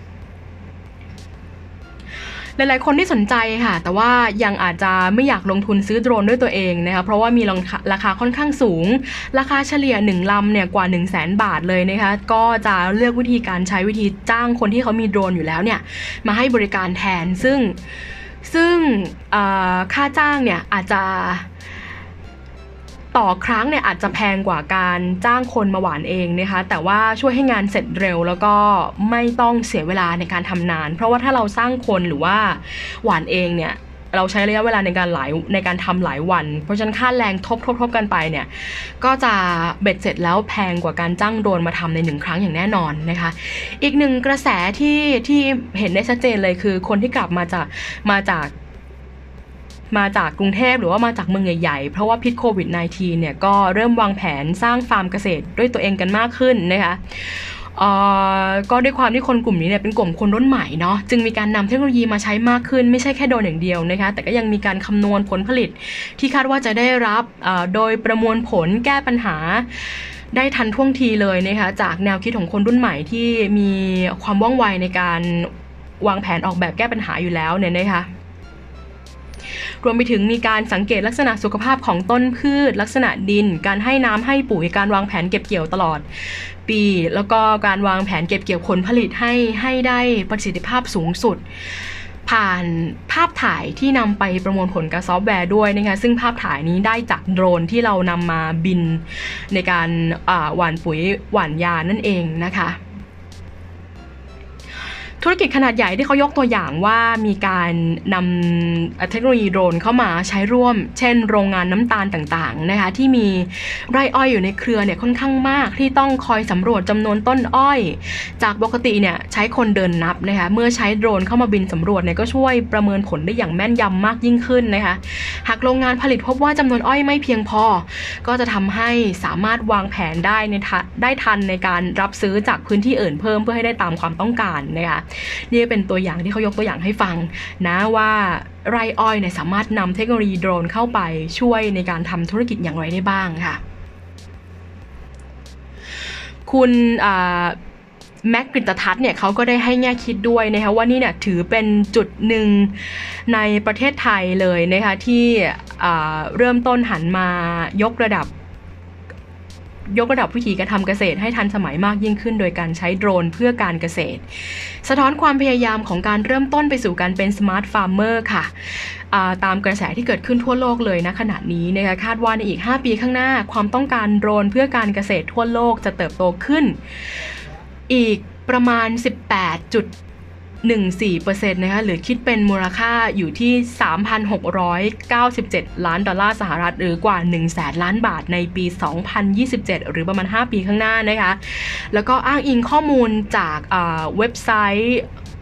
S1: หลายๆคนที่สนใจค่ะแต่ว่ายังอาจจะไม่อยากลงทุนซื้อโดรนด้วยตัวเองนะคะเพราะว่ามีราคาค่อนข้างสูงราคาเฉลี่ย1ลำเนี่ยกว่า 100,000 บาทเลยนะคะก็จะเลือกวิธีการใช้วิธีจ้างคนที่เขามีโดรนอยู่แล้วเนี่ยมาให้บริการแทนซึ่งค่าจ้างเนี่ยอาจจะต่อครั้งเนี่ยอาจจะแพงกว่าการจ้างคนมาหว่านเองนะคะแต่ว่าช่วยให้งานเสร็จเร็วแล้วก็ไม่ต้องเสียเวลาในการทำนานเพราะว่าถ้าเราสร้างคนหรือว่าหว่านเองเนี่ยเราใช้ระยะเวลาในการทำหลายวันเพราะฉะนั้นค่าแรงทบกันไปเนี่ยก็จะเบ็ดเสร็จแล้วแพงกว่าการจ้างโดรนมาทำใน1ครั้งอย่างแน่นอนนะคะอีกหนึ่งกระแสที่เห็นได้ชัดเจนเลยคือคนที่กลับมาจากกรุงเทพหรือว่ามาจากเมืองใหญ่ๆเพราะว่าพิษโควิด -19 เนี่ยก็เริ่มวางแผนสร้างฟาร์มเกษตรด้วยตัวเองกันมากขึ้นนะคะก็ด้วยความที่คนกลุ่มนี้เนี่ยเป็นกลุ่มคนรุ่นใหม่เนาะจึงมีการนำเทคโนโลยีมาใช้มากขึ้นไม่ใช่แค่โดรนอย่างเดียวนะคะแต่ก็ยังมีการคำนวณผลผลิตที่คาดว่าจะได้รับโดยประมวลผลแก้ปัญหาได้ทันท่วงทีเลยนะคะจากแนวคิดของคนรุ่นใหม่ที่มีความว่องไวในการวางแผนออกแบบแก้ปัญหาอยู่แล้วเนี่ยนะคะรวมไปถึงมีการสังเกตลักษณะสุขภาพของต้นพืชลักษณะดินการให้น้ำให้ปุ๋ยการวางแผนเก็บเกี่ยวตลอดปีแล้วก็การวางแผนเก็บเกี่ยวผลผลิตให้ได้ประสิทธิภาพสูงสุดผ่านภาพถ่ายที่นำไปประมวลผลกับซอฟต์แวร์ด้วยนะคะซึ่งภาพถ่ายนี้ได้จากโดรนที่เรานำมาบินในการหว่านปุ๋ยหว่านยานั่นเองนะคะธุรกิจขนาดใหญ่ที่เขายกตัวอย่างว่ามีการนำเทคโนโลยีโดรนเข้ามาใช้ร่วมเช่นโรงงานน้ำตาลต่างๆนะคะที่มีไร่อ้อยอยู่ในเครือเนี่ยค่อนข้างมากที่ต้องคอยสำรวจจำนวนต้นอ้อยจากปกติเนี่ยใช้คนเดินนับนะคะเมื่อใช้โดรนเข้ามาบินสำรวจเนี่ยก็ช่วยประเมินผลได้อย่างแม่นยำมากยิ่งขึ้นนะคะหากโรงงานผลิตพบว่าจำนวนอ้อยไม่เพียงพอก็จะทำให้สามารถวางแผนได้ทันในการรับซื้อจากพื้นที่อื่นเพิ่มเพื่อให้ได้ตามความต้องการนะคะนี่เป็นตัวอย่างที่เขายกตัวอย่างให้ฟังนะว่าไร่อ้อยเนี่ยสามารถนำเทคโนโลยีโดรนเข้าไปช่วยในการทำธุรกิจอย่างไรได้บ้างค่ะคุณแม็กกฤตทัศน์เนี่ยเขาก็ได้ให้แง่คิดด้วยนะคะว่านี่เนี่ยถือเป็นจุดหนึ่งในประเทศไทยเลยนะคะที่เริ่มต้นหันมายกระดับวิธีการทำเกษตรให้ทันสมัยมากยิ่งขึ้นโดยการใช้โดรนเพื่อการเกษตรสะท้อนความพยายามของการเริ่มต้นไปสู่การเป็นสมาร์ทฟาร์มเมอร์ค่ะตามกระแสที่เกิดขึ้นทั่วโลกเลยนะขณะนี้นะคะคาดว่าในอีก5ปีข้างหน้าความต้องการโดรนเพื่อการเกษตรทั่วโลกจะเติบโตขึ้นอีกประมาณ 18.14% นะคะหรือคิดเป็นมูลค่าอยู่ที่ 3,697 ล้านดอลลาร์สหรัฐหรือกว่า 100,000 ล้านบาทในปี 2027 หรือประมาณ5ปีข้างหน้านะคะแล้วก็อ้างอิงข้อมูลจากเว็บไซต์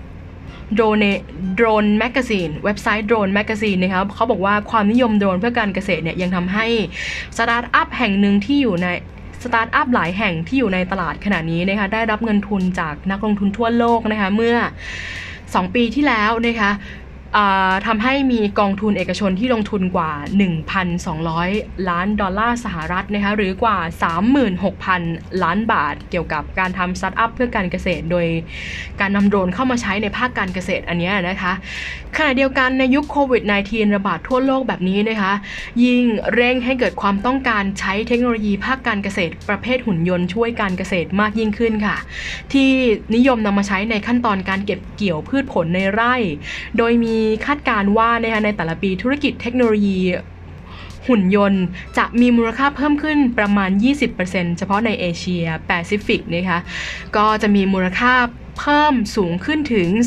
S1: Drone Magazine เว็บไซต์ Drone Magazine นะครับเขาบอกว่าความนิยมโดรนเพื่อการเกษตรเนี่ยยังทำให้สตาร์ทอัพแห่งหนึ่งที่อยู่ในสตาร์ทอัพหลายแห่งที่อยู่ในตลาดขณะนี้นะคะได้รับเงินทุนจากนักลงทุนทั่วโลกนะคะเมื่อ2ปีที่แล้วนะคะทำให้มีกองทุนเอกชนที่ลงทุนกว่า 1,200 ล้านดอลลาร์สหรัฐนะคะหรือกว่า 36,000 ล้านบาทเกี่ยวกับการทำสตาร์ทอัพเพื่อการเกษตรโดยการนำโดรนเข้ามาใช้ในภาคการเกษตรอันนี้นะคะขณะเดียวกันในยุคโควิด -19 ระบาดทั่วโลกแบบนี้นะคะยิ่งเร่งให้เกิดความต้องการใช้เทคโนโลยีภาคการเกษตรประเภทหุ่นยนต์ช่วยการเกษตรมากยิ่งขึ้นค่ะที่นิยมนำมาใช้ในขั้นตอนการเก็บเกี่ยวพืชผลในไร่โดยมีคาดการณ์ว่านะคะในแต่ละปีธุรกิจเทคโนโลยีหุ่นยนต์จะมีมูลค่าเพิ่มขึ้นประมาณ 20% เฉพาะในเอเชียแปซิฟิกนะคะก็จะมีมูลค่าเพิ่มสูงขึ้นถึง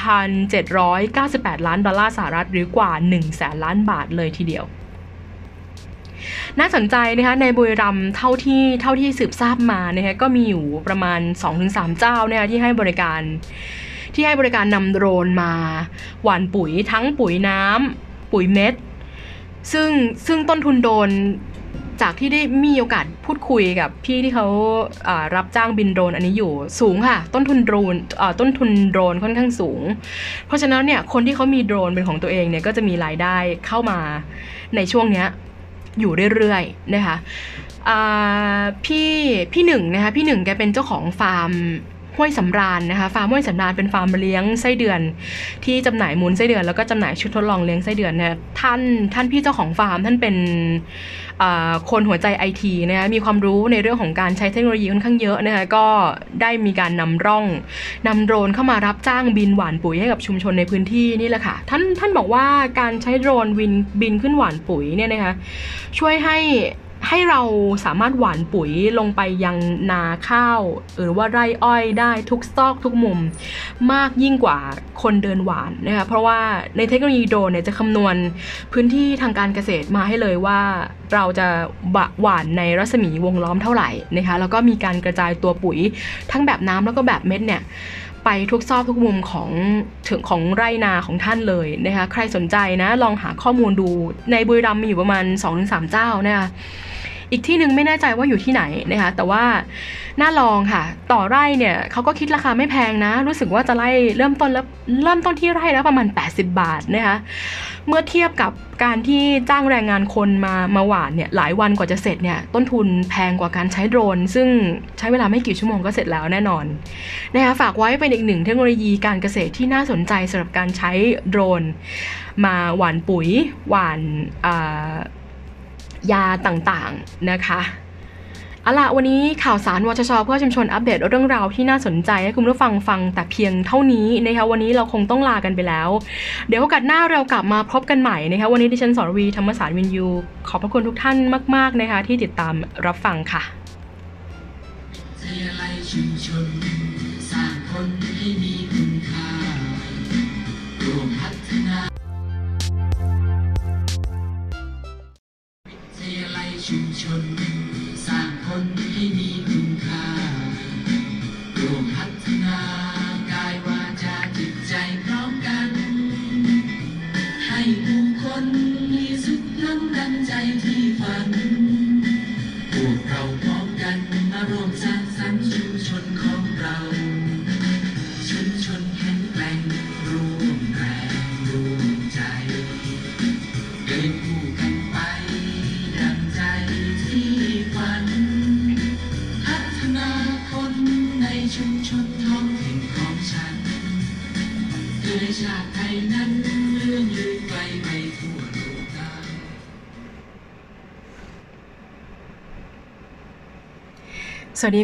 S1: 3,798 ล้านดอลลาร์สหรัฐหรือกว่า 100,000 ล้านบาทเลยทีเดียวน่าสนใจนะคะในบุรีรัมย์เท่าที่สืบทราบมานะคะก็มีอยู่ประมาณ 2-3 เจ้านะคะที่ให้บริการนำโดรนมาหว่านปุ๋ยทั้งปุ๋ยน้ำปุ๋ยเม็ดซึ่งต้นทุนโดรนจากที่ได้มีโอกาสพูดคุยกับพี่ที่เขารับจ้างบินโดรนอันนี้อยู่สูงค่ะต้นทุนโดรนค่อนข้างสูงเพราะฉะนั้นเนี่ยคนที่เขามีโดรนเป็นของตัวเองเนี่ยก็จะมีรายได้เข้ามาในช่วงเนี้ยอยู่เรื่อยๆนะคะพี่หนึ่งนะคะพี่หนึ่งแกเป็นเจ้าของฟาร์มห้วยสำราญนะคะฟาร์มห้วยสำราญเป็นฟาร์มเลี้ยงไส้เดือนที่จำหน่ายมูลไส้เดือนแล้วก็จำหน่ายชุดทดลองเลี้ยงไส้เดือนเนี่ยท่านพี่เจ้าของฟาร์มท่านเป็นคนหัวใจ IT นะคะมีความรู้ในเรื่องของการใช้เทคโนโลยีค่อนข้างเยอะนะคะก็ได้มีการนำโดรนเข้ามารับจ้างบินหว่านปุ๋ยให้กับชุมชนในพื้นที่นี่แหละค่ะท่านบอกว่าการใช้โดรนบินขึ้นหว่านปุ๋ยเนี่ยนะคะช่วยให้เราสามารถหว่านปุ๋ยลงไปยังนาข้าวหรือว่าไร่อ้อยได้ทุกซอกทุกมุมมากยิ่งกว่าคนเดินหว่านนะคะเพราะว่าในเทคโนโลยีโดรนเนี่ยจะคำนวณพื้นที่ทางการเกษตรมาให้เลยว่าเราจะหว่านในรัศมีวงล้อมเท่าไหร่นะคะแล้วก็มีการกระจายตัวปุ๋ยทั้งแบบน้ำแล้วก็แบบเม็ดเนี่ยไปทุกซอกทุกมุมของไร่นาของท่านเลยนะคะใครสนใจนะลองหาข้อมูลดูในบุรีรัมย์มีอยู่ประมาณ 2-3 เจ้านะคะอีกที่หนึ่งไม่แน่ใจว่าอยู่ที่ไหนนะคะแต่ว่าน่าลองค่ะต่อไร่เนี่ยเขาก็คิดราคาไม่แพงนะรู้สึกว่าจะเริ่มต้นที่ไร่แล้วประมาณ80 บาทนะคะเมื่อเทียบกับการที่จ้างแรงงานคนมาหว่านเนี่ยหลายวันกว่าจะเสร็จเนี่ยต้นทุนแพงกว่าการใช้โดรนซึ่งใช้เวลาไม่กี่ชั่วโมงก็เสร็จแล้วแน่นอนนะคะฝากไว้เป็นอีกหนึ่งเทคโนโลยีการเกษตรที่น่าสนใจสำหรับการใช้โดรนมาหว่านปุ๋ยหว่านยาต่างๆนะคะเอาล่ะวันนี้ข่าวสารวชช.เพื่อชุมชนอัปเดตเรื่องราวที่น่าสนใจให้คุณผู้ฟังฟังแต่เพียงเท่านี้นะคะวันนี้เราคงต้องลากันไปแล้วเดี๋ยวโอกาสหน้าเรากลับมาพบกันใหม่นะคะวันนี้ดิฉันสรวีธรรมศาสตร์วินยูขอบพระคุณทุกท่านมากๆนะคะที่ติดตามรับฟังค่ะวิทยาลัยชุมชนสร้างคนให้มีคุณค่ารวมพัฒนาวิทยาลัยชุมชนสร้างคนให้มีคุณค่ารวมพัฒนากายวาจาจิตใจพร้อมกันให้ผู้คนมีสุขล้ำดังใจที่ฝันพวกเราพร้อมกันมาร่วมสร้างสรรค์ชุมชนของเราชุมชนแข็งแกร่งร่วมแรงร่วมใจเดินคู่กันไปดังใจที่ฝันพัฒนาคนในชุมชนท้องถิ่นของฉันเพื่อชาติไทยนั้นเลื่องลือไกลไปทั่วโลกา